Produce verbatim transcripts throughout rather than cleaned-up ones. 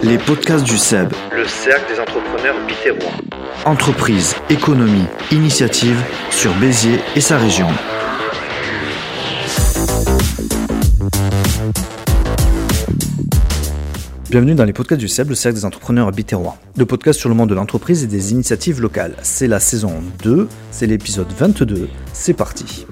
Les podcasts du S E B. Le cercle des entrepreneurs biterrois. Entreprise, économie, initiative sur Béziers et sa région. Bienvenue dans les podcasts du S E B, le cercle des entrepreneurs biterrois. Le podcast sur le monde de l'entreprise et des initiatives locales. C'est la saison deux, c'est l'épisode vingt-deux. C'est parti.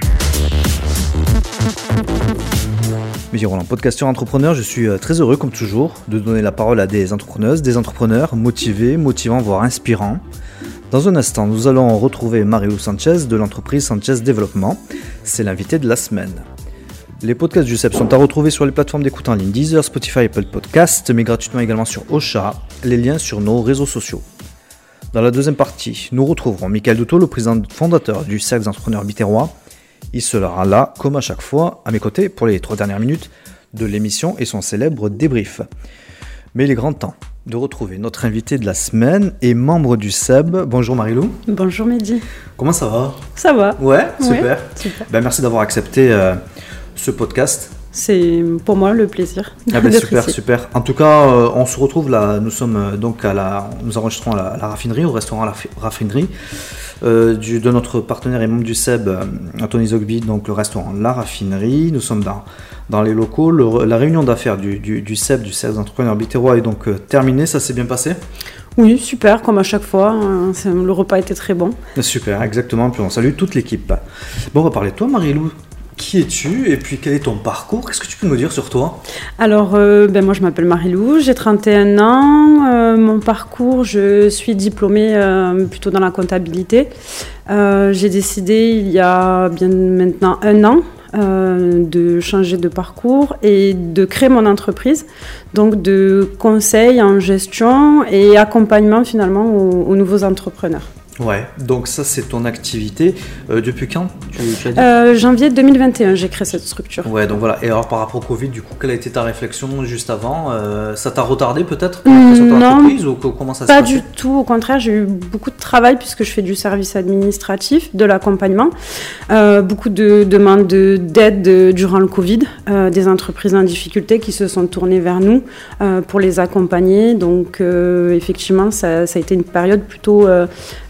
Mehdi Roland, podcasteur entrepreneur, je suis très heureux comme toujours de donner la parole à des entrepreneuses, des entrepreneurs motivés, motivants, voire inspirants. Dans un instant, nous allons retrouver Marie-Lou Sanchez de l'entreprise Sanchez Développement. C'est l'invité de la semaine. Les podcasts du S E B sont à retrouver sur les plateformes d'écoute en ligne Deezer, Spotify, Apple Podcasts, mais gratuitement également sur Ocha, les liens sur nos réseaux sociaux. Dans la deuxième partie, nous retrouverons Michael Doutot, le président fondateur du cercle des entrepreneurs biterrois. Il sera là, comme à chaque fois, à mes côtés pour les trois dernières minutes de l'émission et son célèbre débrief. Mais il est grand temps de retrouver notre invité de la semaine et membre du S E B. Bonjour Marie-Lou. Bonjour Mehdi. Comment ça va ? Ça va. Ouais, super. Ouais, super. Ben, merci d'avoir accepté euh, ce podcast. C'est pour moi le plaisir. Ah ben, d'être super, ici. super. En tout cas, euh, on se retrouve là. Nous sommes euh, donc à la, nous enregistrons à la, à la raffinerie, au restaurant La Raffinerie, euh, du, de notre partenaire et membre du S E B, euh, Anthony Zogby, donc le restaurant La Raffinerie. Nous sommes dans, dans les locaux. Le, la réunion d'affaires du, du, du S E B, du cercle des entrepreneurs biterrois, est donc euh, terminée. Ça s'est bien passé ? Oui, super, comme à chaque fois. Euh, c'est- le repas était très bon. Super, exactement. Puis on salue toute l'équipe. Bon, on va parler de toi, Marie-Lou. Qui es-tu et puis quel est ton parcours ? Qu'est-ce que tu peux nous dire sur toi ? Alors, euh, ben moi je m'appelle Marie-Lou, j'ai trente et un ans. Euh, mon parcours, je suis diplômée euh, plutôt dans la comptabilité. Euh, j'ai décidé il y a bien maintenant un an euh, de changer de parcours et de créer mon entreprise. Donc de conseil en gestion et accompagnement finalement aux, aux nouveaux entrepreneurs. Ouais, donc ça c'est ton activité. Euh, depuis quand tu, tu as dit ? Euh, janvier deux mille vingt et un, j'ai créé cette structure. Ouais, donc voilà. Et alors par rapport au Covid, du coup, quelle a été ta réflexion juste avant ? Euh, Ça t'a retardé peut-être pour la création de ton Non, entreprise ou co- comment ça Pas s'est passé ? du tout, au contraire, j'ai eu beaucoup de travail puisque je fais du service administratif, de l'accompagnement, euh, beaucoup de demandes de- d'aide de- durant le Covid, euh, des entreprises en difficulté qui se sont tournées vers nous euh, pour les accompagner. Donc euh, effectivement, ça, ça a été une période plutôt euh,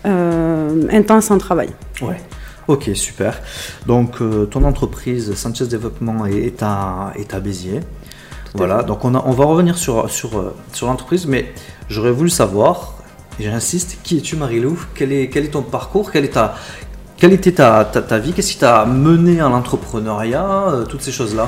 euh, intense en travail. Ouais. Ok, super. Donc euh, ton entreprise Sanchez Développement est, est à, est à Béziers. Voilà, donc on, a, on va revenir sur, sur, euh, sur l'entreprise, mais j'aurais voulu savoir, et j'insiste, qui es-tu Marie-Lou ? Quel est, quel est ton parcours ? Quelle, est ta, quelle était ta, ta, ta vie ? Qu'est-ce qui t'a mené à l'entrepreneuriat ? euh, Toutes ces choses-là.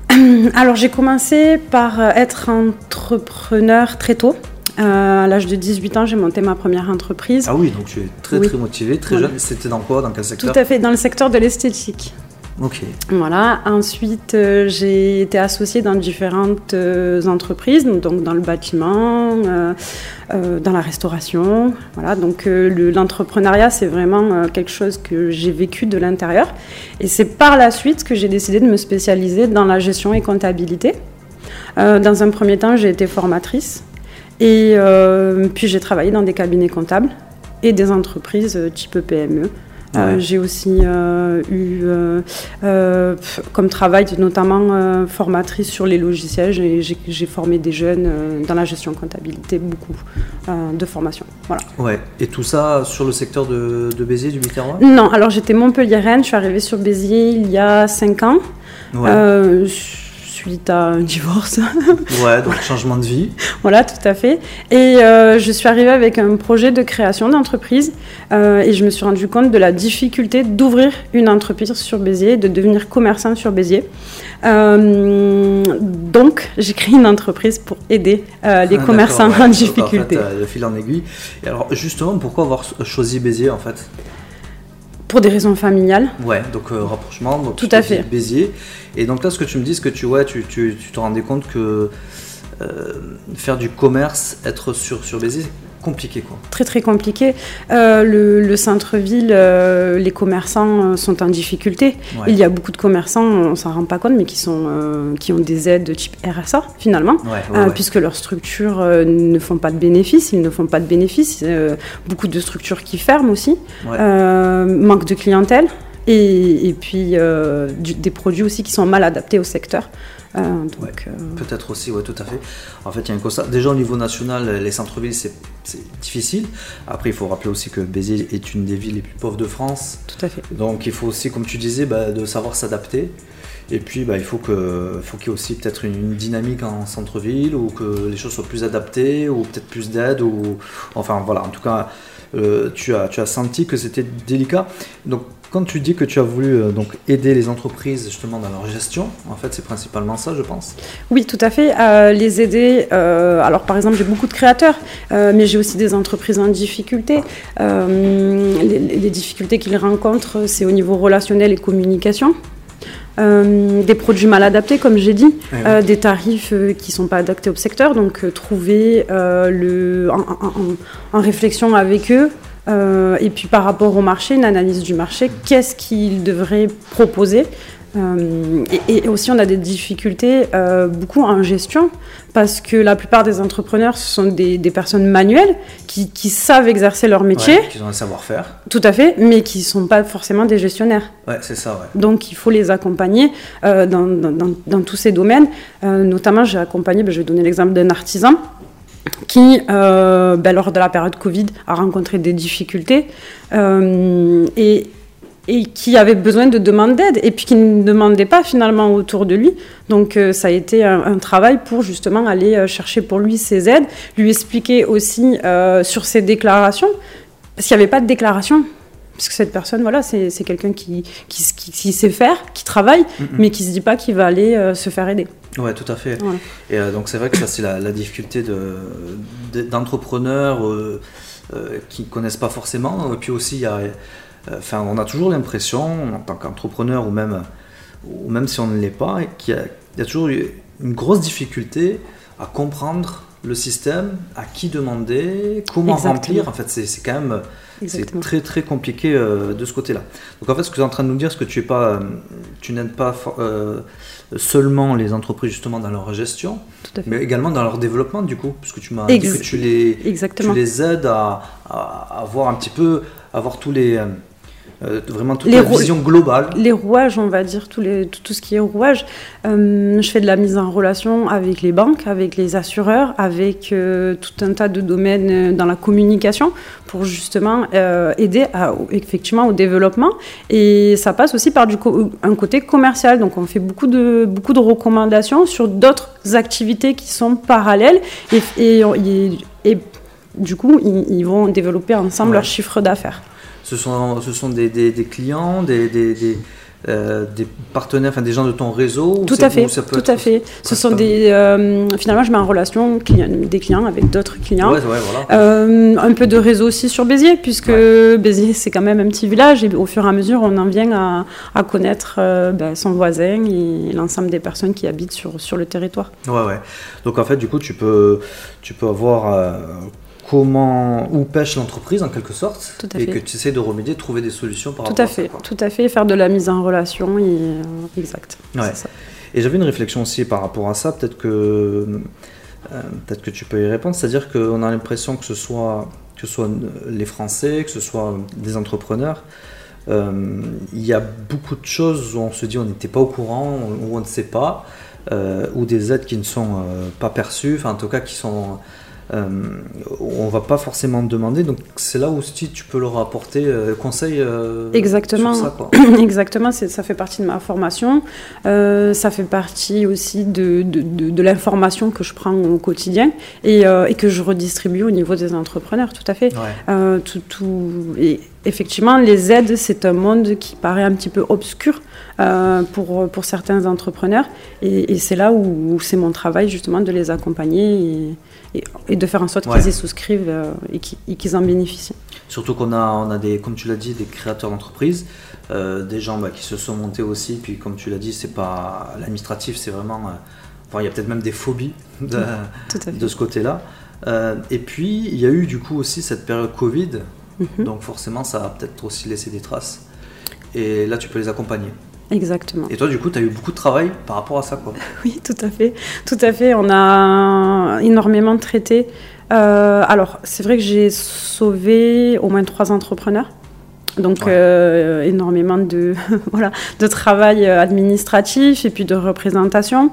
Alors j'ai commencé par euh, être entrepreneur très tôt. Euh, à l'âge de dix-huit ans, j'ai monté ma première entreprise. Ah oui, donc tu es très Oui. très motivé, très Voilà. jeune. C'était dans quoi ? Dans quel Tout secteur ? à fait, dans le secteur de l'esthétique. Ok. Voilà. Ensuite, euh, j'ai été associée dans différentes euh, entreprises, donc dans le bâtiment, euh, euh, dans la restauration. Voilà. Donc euh, le- l'entrepreneuriat, c'est vraiment euh, quelque chose que j'ai vécu de l'intérieur. Et c'est par la suite que j'ai décidé de me spécialiser dans la gestion et comptabilité. Euh, dans un premier temps, j'ai été formatrice. Et euh, puis j'ai travaillé dans des cabinets comptables et des entreprises euh, type P M E. Euh, Ouais. j'ai aussi euh, eu euh, euh, pff, comme travail notamment euh, formatrice sur les logiciels. J'ai, j'ai, j'ai formé des jeunes euh, dans la gestion comptabilité, beaucoup euh, de formation. Voilà. Ouais. Et tout ça sur le secteur de, de Béziers, du Biterrois ? Non, alors j'étais montpelliéraine, je suis arrivée sur Béziers il y a cinq ans, Ouais. euh, suite à un divorce. Ouais, donc changement de vie. Voilà, tout à fait. Et euh, je suis arrivée avec un projet de création d'entreprise euh, et je me suis rendu compte de la difficulté d'ouvrir une entreprise sur Béziers, de devenir commerçant sur Béziers. Euh, donc, j'ai créé une entreprise pour aider euh, les Ah, commerçants d'accord, ouais. en Donc, difficulté. En fait, euh, de fil en aiguille. Et alors, justement, pourquoi avoir choisi Béziers en fait ? Pour des raisons familiales. Ouais, donc euh, rapprochement, donc Tout tu à t'es dit fait. Béziers. Et donc là, ce que tu me dis, c'est que tu, ouais, tu, tu, tu te rendais compte que euh, faire du commerce, être sur, sur Béziers, c'est compliqué quoi. Très très compliqué. Euh, le, le centre-ville, euh, les commerçants euh, sont en difficulté. Ouais. Il y a beaucoup de commerçants, on s'en rend pas compte, mais qui, sont, euh, qui ont des aides de type R S A finalement, Ouais, ouais, euh, ouais. puisque leurs structures euh, ne font pas de bénéfices, ils ne font pas de bénéfices. Euh, beaucoup de structures qui ferment aussi, Ouais. euh, manque de clientèle. Et, et puis euh, du- des produits aussi qui sont mal adaptés au secteur. Euh, donc, ouais, euh... peut-être aussi, oui, tout à fait. En fait, il y a un constat. Déjà, au niveau national, les centres-villes, c'est, c'est difficile. Après, il faut rappeler aussi que Béziers est une des villes les plus pauvres de France. Tout à fait. Donc, il faut aussi, comme tu disais, bah, de savoir s'adapter. Et puis, bah, il faut, que, faut qu'il y ait aussi peut-être une, une dynamique en centre-ville, ou que les choses soient plus adaptées, ou peut-être plus d'aide, ou... Enfin, voilà, en tout cas, euh, tu, as, tu as senti que c'était délicat. Donc, quand tu dis que tu as voulu euh, donc, aider les entreprises justement dans leur gestion, en fait, c'est principalement ça, je pense. Oui, tout à fait. Euh, les aider. Euh, alors, par exemple, j'ai beaucoup de créateurs, euh, mais j'ai aussi des entreprises en difficulté. Euh, les, les difficultés qu'ils rencontrent, c'est au niveau relationnel et communication. Euh, des produits mal adaptés, comme j'ai dit, oui. euh, des tarifs euh, qui ne sont pas adaptés au secteur. Donc, euh, trouver euh, le, en, en, en réflexion avec eux. Euh, et puis par rapport au marché, une analyse du marché, qu'est-ce qu'ils devraient proposer. Euh, et, et aussi on a des difficultés euh, beaucoup en gestion, parce que la plupart des entrepreneurs, ce sont des, des personnes manuelles qui, qui savent exercer leur métier. Ouais, qui ont un savoir-faire. Tout à fait, mais qui ne sont pas forcément des gestionnaires. Ouais, c'est ça, ouais. Donc il faut les accompagner euh, dans, dans, dans, dans tous ces domaines. Euh, notamment, j'ai accompagné, ben, je vais donner l'exemple d'un artisan qui, euh, ben, lors de la période Covid, a rencontré des difficultés euh, et, et qui avait besoin de demandes d'aide, et puis qui ne demandait pas finalement autour de lui. Donc euh, ça a été un, un travail pour justement aller euh, chercher pour lui ses aides, lui expliquer aussi euh, sur ses déclarations, parce qu'il n'y avait pas de déclaration. Parce que cette personne, voilà, c'est, c'est quelqu'un qui, qui, qui, qui sait faire, qui travaille, mm-hmm. mais qui ne se dit pas qu'il va aller euh, se faire aider. Oui, tout à fait. Voilà. Et euh, donc c'est vrai que ça, c'est la, la difficulté de, de, d'entrepreneurs euh, euh, qui ne connaissent pas forcément. Et puis aussi, il y a, euh, on a toujours l'impression, en tant qu'entrepreneur, ou même, ou même si on ne l'est pas, qu'il y a, il y a toujours une grosse difficulté à comprendre le système, à qui demander, comment Exactement. remplir. En fait, c'est, c'est quand même... Exactement. C'est très très compliqué euh, de ce côté-là. Donc en fait, ce que tu es en train de nous dire, c'est que tu es pas, euh, tu n'aides pas euh, seulement les entreprises justement dans leur gestion, mais également dans leur développement du coup, puisque tu m'as Ex- dit que tu les, tu les aides à, à, à voir un petit peu, à voir tous les euh, Euh, vraiment toute les la rou- vision globale. Les rouages, on va dire, tout, les, tout, tout ce qui est rouage. Euh, je fais de la mise en relation avec les banques, avec les assureurs, avec euh, tout un tas de domaines dans la communication pour justement euh, aider à, effectivement au développement. Et ça passe aussi par du co- un côté commercial. Donc on fait beaucoup de, beaucoup de recommandations sur d'autres activités qui sont parallèles et, et, et, et du coup, ils, ils vont développer ensemble ouais. leur chiffre d'affaires. Ce sont, ce sont des, des, des clients, des, des, des, euh, des partenaires, enfin des gens de ton réseau. Tout à fait, tout à fait. Ce sont des, euh, finalement, je mets en relation client, des clients avec d'autres clients. Ouais, ouais, voilà. euh, un peu de réseau aussi sur Béziers, puisque ouais. Béziers, c'est quand même un petit village, et au fur et à mesure, on en vient à, à connaître euh, ben, son voisin et l'ensemble des personnes qui habitent sur, sur le territoire. Ouais, ouais. Donc en fait, du coup, tu peux, tu peux avoir... Euh, comment, où pêche l'entreprise en quelque sorte, tout à et fait. que tu essaies de remédier, de trouver des solutions par tout rapport à, à fait, ça. Quoi. Tout à fait, faire de la mise en relation, et, euh, exact. Ouais. C'est ça. Et j'avais une réflexion aussi par rapport à ça, peut-être que, euh, peut-être que tu peux y répondre, c'est-à-dire qu'on a l'impression que ce soit, que ce soit les Français, que ce soit des entrepreneurs, euh, il y a beaucoup de choses où on se dit on n'était pas au courant, où on ne sait pas, euh, ou des aides qui ne sont euh, pas perçues, enfin en tout cas qui sont... Euh, on va pas forcément demander, donc c'est là où si tu peux leur apporter euh, conseils euh, exactement sur ça, quoi. Exactement, c'est, ça fait partie de ma formation, euh, ça fait partie aussi de, de, de, de l'information que je prends au quotidien et, euh, et que je redistribue au niveau des entrepreneurs, tout à fait. Ouais. Euh, tout, tout, et effectivement, les aides, c'est un monde qui paraît un petit peu obscur euh, pour, pour certains entrepreneurs, et, et c'est là où, où c'est mon travail justement de les accompagner et Et, et de faire en sorte ouais. qu'ils y souscrivent euh, et, qu'ils, et qu'ils en bénéficient. Surtout qu'on a, on a des, comme tu l'as dit, des créateurs d'entreprises, euh, des gens bah, qui se sont montés aussi, puis comme tu l'as dit, c'est pas l'administratif, c'est vraiment, euh, enfin il y a peut-être même des phobies de, de ce côté-là. Euh, et puis il y a eu du coup aussi cette période Covid, mm-hmm. donc forcément ça a peut-être aussi laissé des traces. Et là tu peux les accompagner. Exactement. Et toi, du coup, tu as eu beaucoup de travail par rapport à ça, quoi. Oui, tout à fait. Tout à fait. On a énormément traité. Euh, alors, c'est vrai que j'ai sauvé au moins trois entrepreneurs Donc Ouais. euh, énormément de, voilà, de travail administratif et puis de représentation.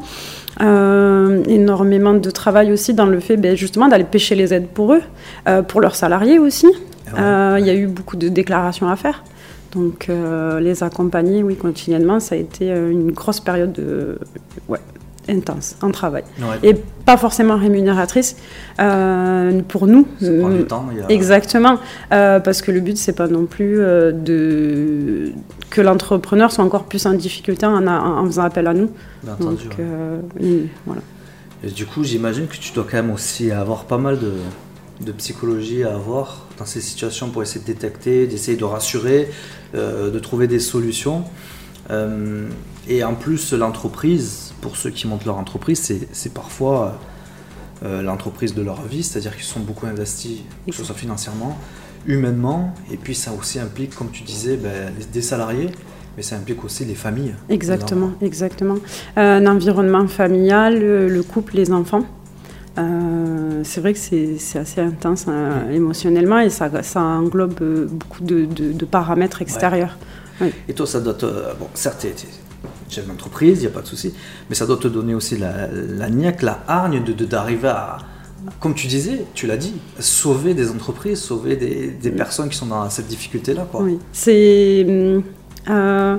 Euh, énormément de travail aussi dans le fait ben, justement d'aller pêcher les aides pour eux, euh, pour leurs salariés aussi. Il Ouais. euh, y a eu beaucoup de déclarations à faire. Donc euh, les accompagner, oui, continuellement, ça a été une grosse période de, ouais, intense en travail. Ouais. Et pas forcément rémunératrice euh, pour nous. Ça prend du temps. Il y a... Exactement, euh, parce que le but, c'est pas non plus euh, de... que l'entrepreneur soit encore plus en difficulté en, a... en faisant appel à nous. Bien entendu, Donc, ouais. euh, oui, voilà. Et du coup, j'imagine que tu dois quand même aussi avoir pas mal de, de psychologie à avoir dans ces situations pour essayer de détecter, d'essayer de rassurer, euh, de trouver des solutions. Euh, et en plus, l'entreprise, pour ceux qui montent leur entreprise, c'est, c'est parfois euh, l'entreprise de leur vie, c'est-à-dire qu'ils sont beaucoup investis, que ce soit financièrement, humainement, et puis ça aussi implique, comme tu disais, ben, des salariés, mais ça implique aussi les familles. Exactement, exactement. Euh, un environnement familial, le, le couple, les enfants. Euh, c'est vrai que c'est, c'est assez intense hein, mmh. émotionnellement et ça, ça englobe beaucoup de, de, de paramètres extérieurs. Ouais. Oui. Et toi, ça doit te... Bon, certes, tu es chef d'entreprise, il n'y a pas de souci, mais ça doit te donner aussi la, la niaque, la hargne de, de, d'arriver à, comme tu disais, tu l'as dit, sauver des entreprises, sauver des, des personnes qui sont dans cette difficulté-là, quoi. Oui, c'est... Euh,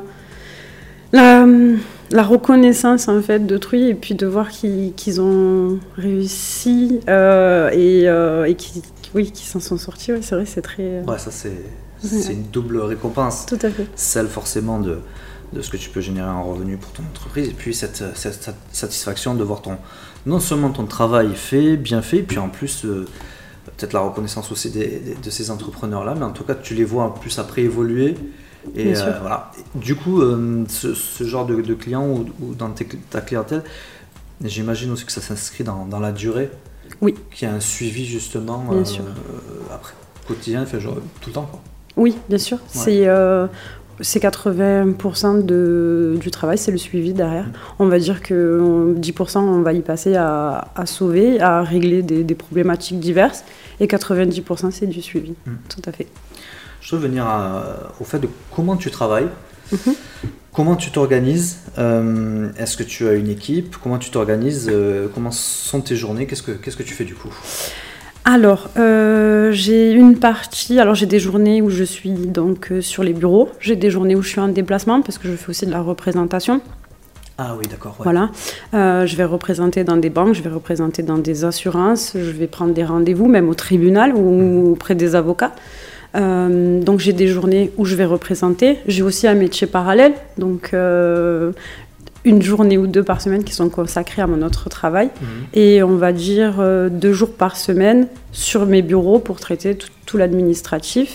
la, la reconnaissance en fait d'autrui et puis de voir qu'ils, qu'ils ont réussi euh, et, euh, et qu'ils, oui, qu'ils s'en sont sortis, ouais, c'est vrai, c'est très... Ouais, ça c'est, c'est ouais. une double récompense. Tout à fait. Celle forcément de, de ce que tu peux générer en revenu pour ton entreprise et puis cette, cette, cette satisfaction de voir ton, non seulement ton travail fait, bien fait, puis en plus euh, peut-être la reconnaissance aussi des, des, de ces entrepreneurs-là, mais en tout cas tu les vois en plus après évoluer. Et euh, voilà. Du coup, euh, ce, ce genre de, de client ou, ou dans tes, ta clientèle, j'imagine aussi que ça s'inscrit dans, dans la durée. Oui. Qu'il y a un suivi justement bien euh, sûr. Euh, après, quotidien, fait, genre, tout le temps, quoi. Oui, bien sûr. Ouais. C'est, euh, c'est quatre-vingts pour cent de, du travail, c'est le suivi derrière. Mmh. On va dire que dix pour cent, on va y passer à, à sauver, à régler des, des problématiques diverses. Et quatre-vingt-dix pour cent, c'est du suivi. Mmh. Tout à fait. Je veux venir à, au fait de comment tu travailles, mm-hmm. comment tu t'organises, euh, est-ce que tu as une équipe, comment tu t'organises, euh, comment sont tes journées, qu'est-ce que, qu'est-ce que tu fais du coup ? Alors, euh, j'ai une partie, alors j'ai des journées où je suis donc euh, sur les bureaux, j'ai des journées où je suis en déplacement parce que je fais aussi de la représentation. Ah oui, d'accord. Ouais. Voilà, euh, je vais représenter dans des banques, je vais représenter dans des assurances, je vais prendre des rendez-vous même au tribunal ou mm. auprès des avocats. Euh, donc j'ai des journées où je vais représenter. J'ai aussi un métier parallèle, donc euh, une journée ou deux par semaine qui sont consacrées à mon autre travail. Mmh. Et on va dire euh, deux jours par semaine sur mes bureaux pour traiter tout, tout l'administratif.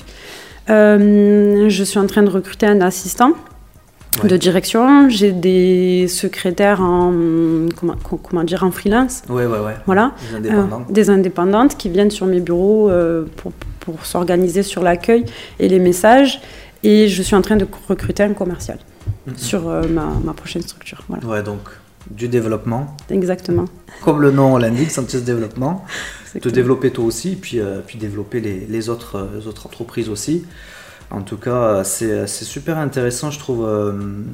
Euh, je suis en train de recruter un assistant ouais. de direction. J'ai des secrétaires en, comment, comment dire, en freelance. Ouais, ouais, ouais. Voilà. Des indépendantes. Euh, des indépendantes qui viennent sur mes bureaux euh, pour pour s'organiser sur l'accueil et les messages. Et je suis en train de recruter un commercial mm-hmm. sur euh, ma, ma prochaine structure. Voilà. Ouais, donc du développement. Exactement. Comme le nom l'indique, Sanchez Développement. Te développer toi aussi, puis, euh, puis développer les, les, autres, euh, les autres entreprises aussi. En tout cas, c'est, c'est super intéressant, je trouve. Euh,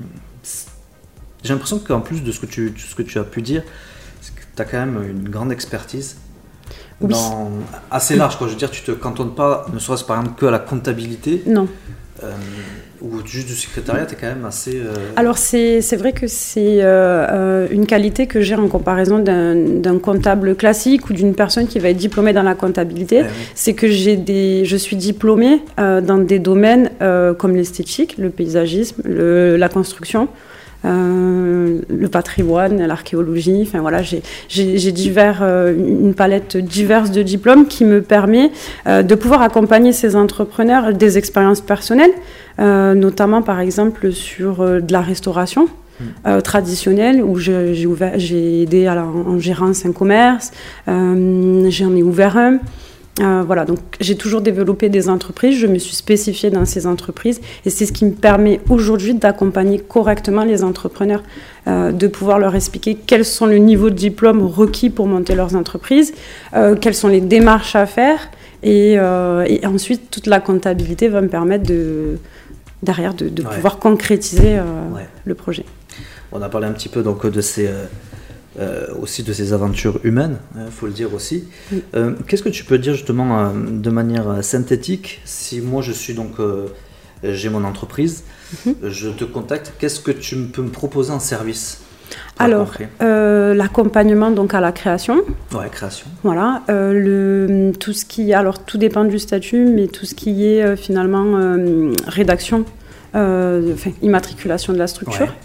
j'ai l'impression qu'en plus de ce que tu, ce que tu as pu dire, c'est que tu as quand même une grande expertise. Oui. Dans, assez large, quoi. Je veux dire, tu te cantonnes pas, ne serait-ce par exemple que à la comptabilité. Non. Euh, ou juste du secrétariat, tu es quand même assez... Euh... Alors, c'est, c'est vrai que c'est euh, une qualité que j'ai en comparaison d'un, d'un comptable classique ou d'une personne qui va être diplômée dans la comptabilité. Eh oui. C'est que j'ai des, je suis diplômée euh, dans des domaines euh, comme l'esthétique, le paysagisme, le, la construction. Euh, le patrimoine, l'archéologie, enfin voilà, j'ai, j'ai, j'ai divers, euh, une palette diverse de diplômes qui me permet euh, de pouvoir accompagner ces entrepreneurs des expériences personnelles, euh, notamment par exemple sur euh, de la restauration mmh. euh, traditionnelle où je, j'ai, ouvert, j'ai aidé à la, en gérance un commerce, euh, j'en ai ouvert un. Euh, voilà, donc j'ai toujours développé des entreprises, je me suis spécifiée dans ces entreprises et c'est ce qui me permet aujourd'hui d'accompagner correctement les entrepreneurs, euh, de pouvoir leur expliquer quels sont les niveaux de diplôme requis pour monter leurs entreprises, euh, quelles sont les démarches à faire Et, euh, et ensuite, toute la comptabilité va me permettre de, derrière de, de ouais. pouvoir concrétiser euh, ouais. le projet. On a parlé un petit peu donc, de ces, euh, euh, aussi de ces aventures humaines, il hein, faut le dire aussi. Oui. Euh, qu'est-ce que tu peux dire justement euh, de manière synthétique, si moi je suis donc, euh, j'ai mon entreprise, mm-hmm. je te contacte, qu'est-ce que tu peux me proposer en service? Alors, euh, l'accompagnement donc à la création. Ouais, création. Voilà, euh, le, tout ce qui, alors tout dépend du statut, mais tout ce qui est euh, finalement euh, rédaction, euh, enfin, immatriculation de la structure. Ouais.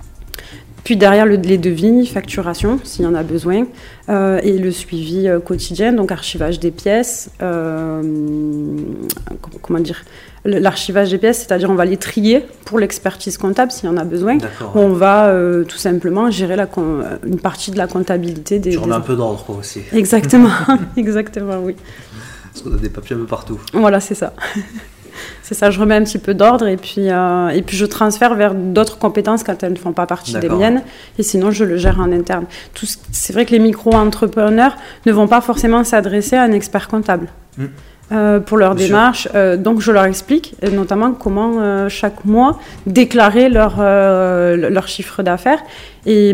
Puis derrière, le, les devis, facturation, s'il y en a besoin, euh, et le suivi euh, quotidien, donc archivage des pièces, euh, comment dire, l'archivage des pièces, c'est-à-dire on va les trier pour l'expertise comptable s'il y en a besoin. D'accord. On va euh, tout simplement gérer la, une partie de la comptabilité des... Tu remets un peu d'ordre quoi, aussi. Exactement, exactement, oui. Parce qu'on a des papiers un peu partout. Voilà, c'est ça. C'est ça, je remets un petit peu d'ordre et puis, euh, et puis je transfère vers d'autres compétences quand elles ne font pas partie D'accord. des miennes. Et sinon, je le gère en interne. Tout, c'est vrai que les micro-entrepreneurs ne vont pas forcément s'adresser à un expert comptable mmh. euh, pour leur Bien démarche. Euh, donc, je leur explique euh, notamment comment euh, chaque mois déclarer leur, euh, leur chiffre d'affaires et,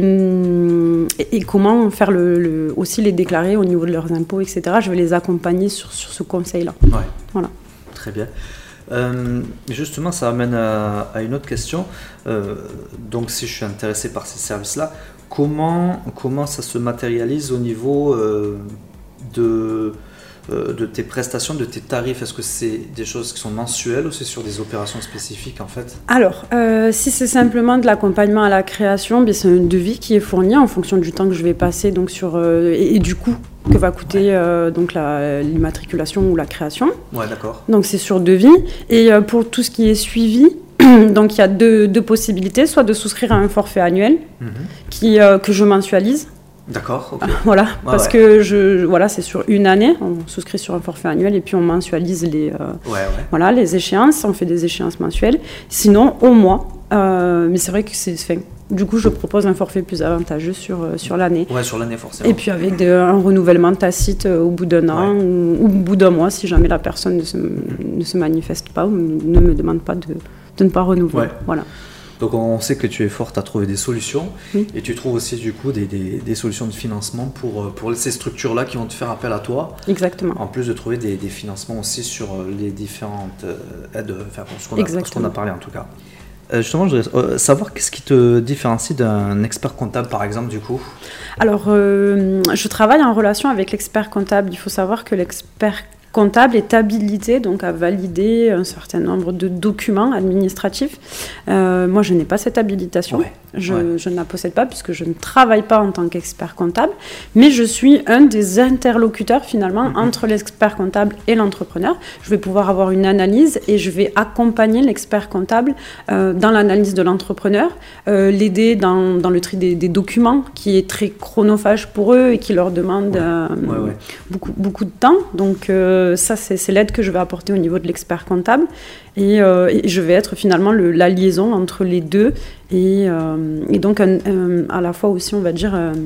et, et comment faire le, le, aussi les déclarer au niveau de leurs impôts, et cetera. Je vais les accompagner sur, sur ce conseil-là. Ouais. Voilà. Très bien. Euh, justement, ça amène à, à une autre question. Euh, donc, si je suis intéressé par ces services-là, comment, comment ça se matérialise au niveau euh, de, euh, de tes prestations, de tes tarifs? Est-ce que c'est des choses qui sont mensuelles ou c'est sur des opérations spécifiques en fait? Alors, euh, si c'est simplement de l'accompagnement à la création, bien, c'est un devis qui est fourni en fonction du temps que je vais passer donc, sur, euh, et, et du coup que va coûter ouais. euh, donc la, l'immatriculation ou la création. Ouais, d'accord. Donc c'est sur devis. Et euh, pour tout ce qui est suivi, donc il y a deux, deux possibilités, soit de souscrire à un forfait annuel mm-hmm. qui, euh, que je mensualise. D'accord. Okay. Voilà, ouais, parce ouais. que je, voilà, c'est sur une année, on souscrit sur un forfait annuel et puis on mensualise les, euh, ouais, ouais. Voilà, les échéances, on fait des échéances mensuelles. Sinon, au mois, euh, mais c'est vrai que c'est... Fin, du coup, je propose un forfait plus avantageux sur, euh, sur l'année. Ouais, sur l'année, forcément. Et puis avec de, un renouvellement tacite euh, au bout d'un an ouais. ou, ou au bout d'un mois, si jamais la personne ne se, ne se manifeste pas ou ne me demande pas de, de ne pas renouveler. Ouais. Voilà. Donc on sait que tu es forte à trouver des solutions oui. et tu trouves aussi du coup des, des, des solutions de financement pour, pour ces structures-là qui vont te faire appel à toi. Exactement. En plus de trouver des, des financements aussi sur les différentes aides, enfin pour ce qu'on a, pour ce qu'on a parlé en tout cas. Euh, justement, je voudrais euh, savoir qu'est-ce qui te différencie d'un expert comptable, par exemple, du coup? Alors, euh, je travaille en relation avec l'expert comptable. Il faut savoir que l'expert comptable est habilité donc à valider un certain nombre de documents administratifs. Euh, moi, je n'ai pas cette habilitation. Ouais. Je, ouais. je ne la possède pas puisque je ne travaille pas en tant qu'expert comptable, mais je suis un des interlocuteurs finalement mm-hmm. entre l'expert comptable et l'entrepreneur. Je vais pouvoir avoir une analyse et je vais accompagner l'expert comptable euh, dans l'analyse de l'entrepreneur, euh, l'aider dans, dans le tri des, des documents qui est très chronophage pour eux et qui leur demande euh, ouais. Ouais, ouais. Beaucoup, beaucoup de temps. Donc euh, ça, c'est, c'est l'aide que je vais apporter au niveau de l'expert comptable. Et, euh, et je vais être finalement le, la liaison entre les deux et, euh, et donc un, un, à la fois aussi, on va dire, un,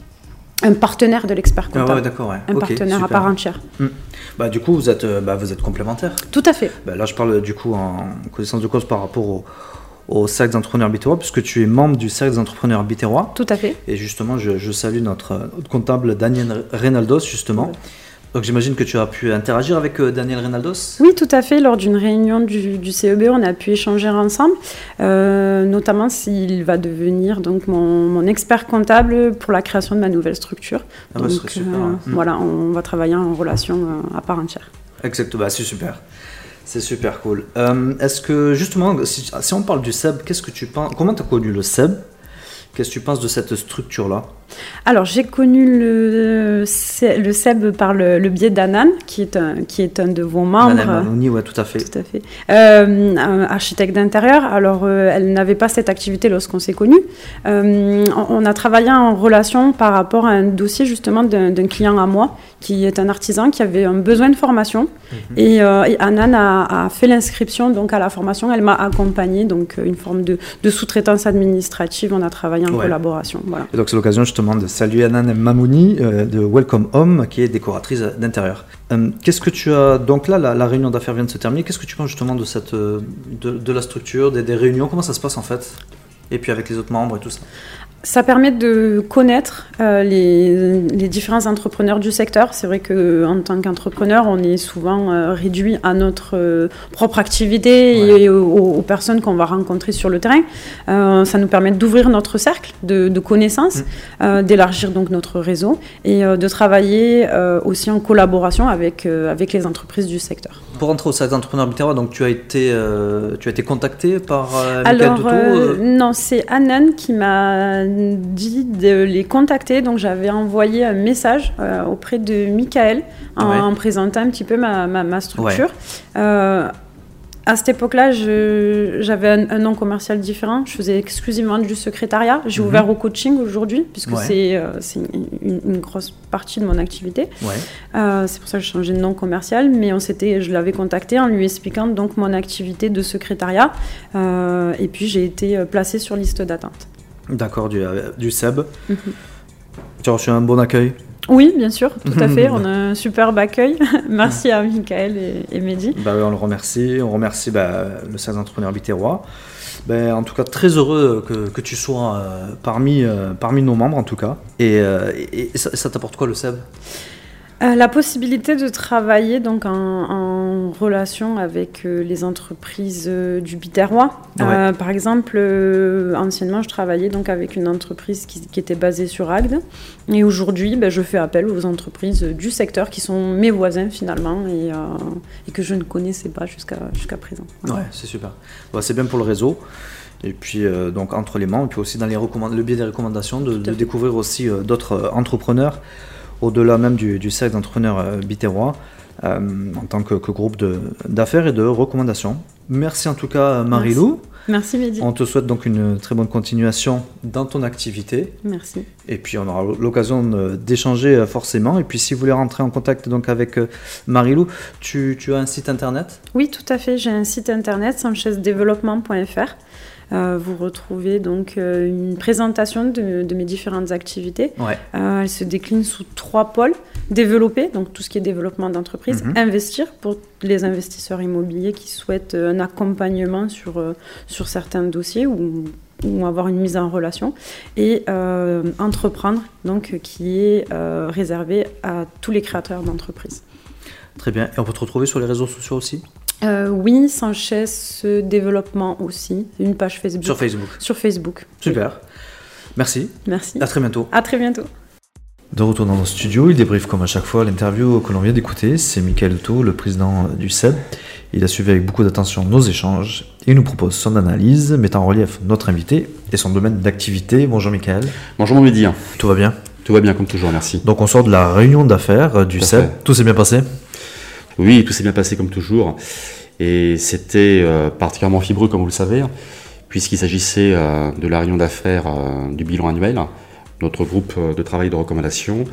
un partenaire de l'expert comptable. Ah ouais, d'accord, ouais. Un okay, partenaire super. À part entière. Mmh. Bah, du coup, vous êtes, bah, vous êtes complémentaires. Tout à fait. Bah, là, je parle du coup en connaissance de cause par rapport au, au cercle d'entrepreneurs bitérois, puisque tu es membre du cercle d'entrepreneurs bitérois. Tout à fait. Et justement, je, je salue notre, notre comptable Daniel Reynaldos, justement. Ouais. Donc j'imagine que tu as pu interagir avec euh, Daniel Reynaldos? Oui, tout à fait. Lors d'une réunion du, du C E B, on a pu échanger ensemble, euh, notamment s'il va devenir donc, mon, mon expert comptable pour la création de ma nouvelle structure. Ah donc bah, ce serait super, euh, ouais. Voilà, on va travailler en relation euh, à part entière. Exactement, bah, c'est super. C'est super cool. Euh, est-ce que justement, si, si on parle du S E B, qu'est-ce que tu penses? Comment tu as connu le S E B? Qu'est-ce que tu penses de cette structure-là? Alors, j'ai connu le, le S E B par le, le biais d'Anan, qui est un, qui est un de vos membres. Anan Manouni, oui, tout à fait. Tout à fait. Euh, architecte d'intérieur. Alors, euh, elle n'avait pas cette activité lorsqu'on s'est connus. Euh, on a travaillé en relation par rapport à un dossier, justement, d'un, d'un client à moi, qui est un artisan, qui avait un besoin de formation. Mm-hmm. Et, euh, et Anan a, a fait l'inscription donc, à la formation. Elle m'a accompagnée, donc une forme de, de sous-traitance administrative. On a travaillé en ouais. collaboration. Voilà. Et donc, c'est l'occasion, justement, justement de saluer Anan Mamouni euh, de Welcome Home, qui est décoratrice d'intérieur. Euh, qu'est-ce que tu as donc là, la, la réunion d'affaires vient de se terminer. Qu'est-ce que tu penses justement de cette, de, de la structure, des, des réunions, comment ça se passe en fait, et puis avec les autres membres et tout ça? Ça permet de connaître euh, les, les différents entrepreneurs du secteur. C'est vrai qu'en tant qu'entrepreneur, on est souvent euh, réduit à notre euh, propre activité ouais. et aux, aux personnes qu'on va rencontrer sur le terrain. Euh, ça nous permet d'ouvrir notre cercle de, de connaissances, mmh. euh, d'élargir donc notre réseau et euh, de travailler euh, aussi en collaboration avec, euh, avec les entreprises du secteur. Pour rentrer au cercle d'entrepreneurs Biterrois, donc tu as été, euh, tu as été contacté par euh, Michael Toto euh, euh... Non, c'est Anan qui m'a dit de les contacter, donc j'avais envoyé un message euh, auprès de Michael en, ouais. en présentant un petit peu ma, ma, ma structure. Ouais. Euh, à cette époque-là, je, j'avais un, un nom commercial différent, je faisais exclusivement du secrétariat. J'ai mm-hmm. ouvert au coaching aujourd'hui, puisque ouais. c'est, euh, c'est une, une grosse partie de mon activité. Ouais. Euh, c'est pour ça que j'ai changé de nom commercial, mais on s'était, je l'avais contacté en lui expliquant donc mon activité de secrétariat, euh, et puis j'ai été placée sur liste d'attente. D'accord, du, du S E B. Mm-hmm. Tu as reçu un bon accueil? Oui, bien sûr, tout à fait. On a un superbe accueil. Merci à Michael et, et Mehdi. Bah, on le remercie. On remercie bah, le cercle d'entrepreneurs Biterrois. Bah, en tout cas, très heureux que, que tu sois euh, parmi, euh, parmi nos membres, en tout cas. Et, euh, et, et ça, ça t'apporte quoi, le S E B? Euh, la possibilité de travailler donc en, en relation avec euh, les entreprises euh, du Biterrois. Ouais. Euh, par exemple, euh, anciennement, je travaillais donc avec une entreprise qui, qui était basée sur Agde. Et aujourd'hui, ben, je fais appel aux entreprises du secteur qui sont mes voisins finalement et, euh, et que je ne connaissais pas jusqu'à, jusqu'à présent. Ouais, ouais, c'est super. Ouais, c'est bien pour le réseau. Et puis, euh, donc, entre les membres, et puis aussi dans les recommand- le biais des recommandations, de, de découvrir aussi euh, d'autres euh, entrepreneurs, au-delà même du, du cercle d'entrepreneurs euh, Biterrois, euh, en tant que, que groupe de, d'affaires et de recommandations. Merci en tout cas, Marie-Lou. Merci, Mehdi. On te souhaite donc une très bonne continuation dans ton activité. Merci. Et puis, on aura l'occasion d'échanger forcément. Et puis, si vous voulez rentrer en contact donc, avec Marie-Lou, tu, tu as un site internet? Oui, tout à fait. J'ai un site internet, sanchez développement point f r. Euh, vous retrouvez donc euh, une présentation de, de mes différentes activités. Ouais. Euh, elle se décline sous trois pôles. Développer, donc tout ce qui est développement d'entreprise. Mm-hmm. Investir, pour les investisseurs immobiliers qui souhaitent un accompagnement sur, euh, sur certains dossiers ou, ou avoir une mise en relation. Et euh, entreprendre, donc qui est euh, réservé à tous les créateurs d'entreprises. Très bien. Et on peut te retrouver sur les réseaux sociaux aussi? Euh, oui, Sanchez Développement aussi, une page Facebook. Sur Facebook. Sur Facebook. Super. Merci. Merci. À très bientôt. À très bientôt. De retour dans nos studios, il débriefe comme à chaque fois l'interview que l'on vient d'écouter. C'est Michael Houteau, le président du S E B. Il a suivi avec beaucoup d'attention nos échanges et nous propose son analyse, mettant en relief notre invité et son domaine d'activité. Bonjour Michael. Bonjour mon Mehdi. Tout va bien? Tout va bien comme toujours, merci. Donc on sort de la réunion d'affaires du S E B. Tout s'est bien passé? Oui, tout s'est bien passé comme toujours. Et c'était euh, particulièrement fibreux, comme vous le savez, puisqu'il s'agissait euh, de la réunion d'affaires euh, du bilan annuel, notre groupe de travail de recommandation,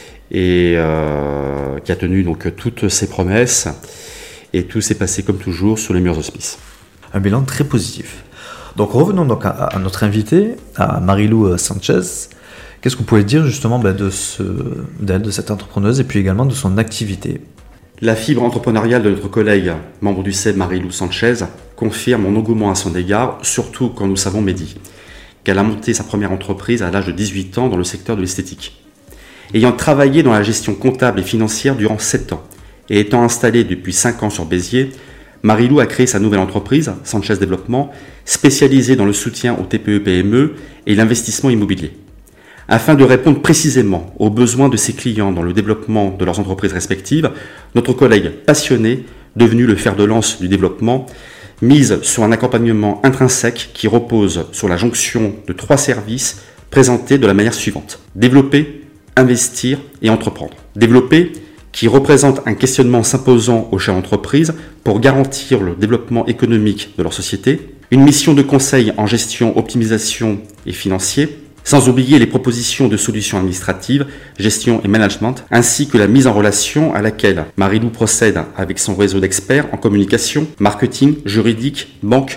et euh, qui a tenu donc toutes ses promesses. Et tout s'est passé comme toujours sur les meilleurs auspices. Un bilan très positif. Donc revenons donc à, à notre invité, à Marie-Lou Sanchez. Qu'est-ce que vous pouvez dire justement ben, de, ce, d'elle, de cette entrepreneuse, et puis également de son activité? La fibre entrepreneuriale de notre collègue, membre du S E B, Marie-Lou Sanchez, confirme mon engouement à son égard, surtout quand nous savons Mehdi, qu'elle a monté sa première entreprise à l'âge de dix-huit ans dans le secteur de l'esthétique. Ayant travaillé dans la gestion comptable et financière durant sept ans, et étant installée depuis cinq ans sur Béziers, Marie-Lou a créé sa nouvelle entreprise, Sanchez Développement, spécialisée dans le soutien aux T P E P M E et l'investissement immobilier. Afin de répondre précisément aux besoins de ses clients dans le développement de leurs entreprises respectives, notre collègue passionné, devenu le fer de lance du développement, mise sur un accompagnement intrinsèque qui repose sur la jonction de trois services présentés de la manière suivante. Développer, investir et entreprendre. Développer, qui représente un questionnement s'imposant aux chefs d'entreprise pour garantir le développement économique de leur société. Une mission de conseil en gestion, optimisation et financier, sans oublier les propositions de solutions administratives, gestion et management, ainsi que la mise en relation à laquelle Marie-Lou procède avec son réseau d'experts en communication, marketing, juridique, banque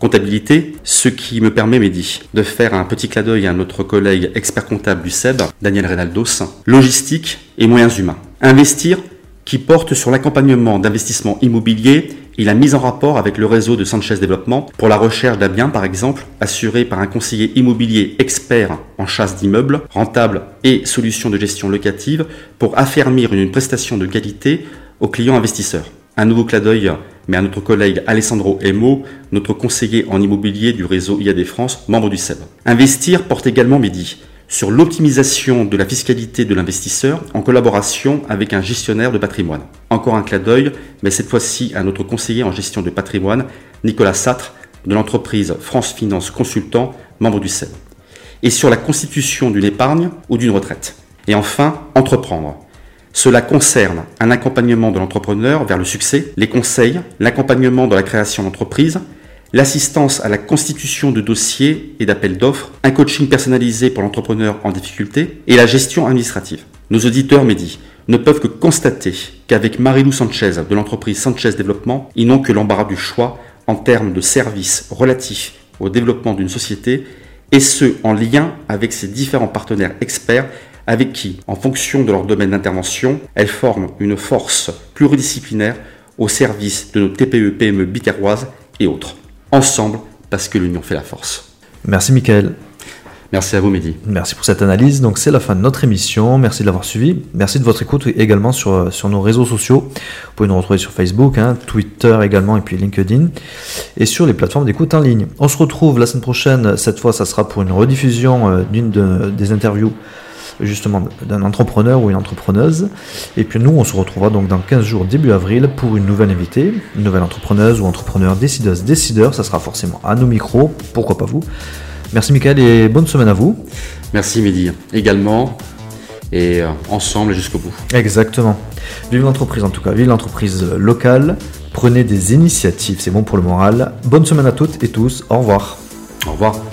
comptabilité, ce qui me permet, Mehdi, de faire un petit clin d'œil à notre collègue expert comptable du S E B, Daniel Reynaldos. Logistique et moyens humains. Investir qui porte sur l'accompagnement d'investissements immobiliers et la mise en rapport avec le réseau de Sanchez Développement pour la recherche d'un bien, par exemple, assuré par un conseiller immobilier expert en chasse d'immeubles, rentable et solutions de gestion locative pour affermir une prestation de qualité aux clients investisseurs. Un nouveau clin d'œil, mais à notre collègue Alessandro Emo, notre conseiller en immobilier du réseau I A D France, membre du S E B. Investir porte également, Mehdi, sur l'optimisation de la fiscalité de l'investisseur en collaboration avec un gestionnaire de patrimoine. Encore un clin d'œil, mais cette fois-ci à notre conseiller en gestion de patrimoine, Nicolas Satre, de l'entreprise France Finance Consultant, membre du S E B. Et sur la constitution d'une épargne ou d'une retraite. Et enfin, entreprendre. Cela concerne un accompagnement de l'entrepreneur vers le succès, les conseils, l'accompagnement dans la création d'entreprise, l'assistance à la constitution de dossiers et d'appels d'offres, un coaching personnalisé pour l'entrepreneur en difficulté et la gestion administrative. Nos auditeurs, Mehdi, ne peuvent que constater qu'avec Marilou Sanchez de l'entreprise Sanchez Développement, ils n'ont que l'embarras du choix en termes de services relatifs au développement d'une société et ce, en lien avec ses différents partenaires experts avec qui, en fonction de leur domaine d'intervention, elles forment une force pluridisciplinaire au service de nos T P E P M E bicéroises et autres. Ensemble, parce que l'union fait la force. Merci Mickaël. Merci à vous Mehdi. Merci pour cette analyse. Donc c'est la fin de notre émission. Merci de l'avoir suivi. Merci de votre écoute également sur, sur nos réseaux sociaux. Vous pouvez nous retrouver sur Facebook, hein, Twitter également et puis LinkedIn et sur les plateformes d'écoute en ligne. On se retrouve la semaine prochaine. Cette fois, ça sera pour une rediffusion euh, d'une de, des interviews justement d'un entrepreneur ou une entrepreneuse. Et puis nous, on se retrouvera donc dans quinze jours, début avril, pour une nouvelle invitée, une nouvelle entrepreneuse ou entrepreneur, décideuse, décideur. Ça sera forcément à nos micros, pourquoi pas vous. Merci Mickaël et bonne semaine à vous. Merci Mehdi, également, et euh, ensemble jusqu'au bout. Exactement. Vive l'entreprise en tout cas, vive l'entreprise locale. Prenez des initiatives, c'est bon pour le moral. Bonne semaine à toutes et tous, au revoir. Au revoir.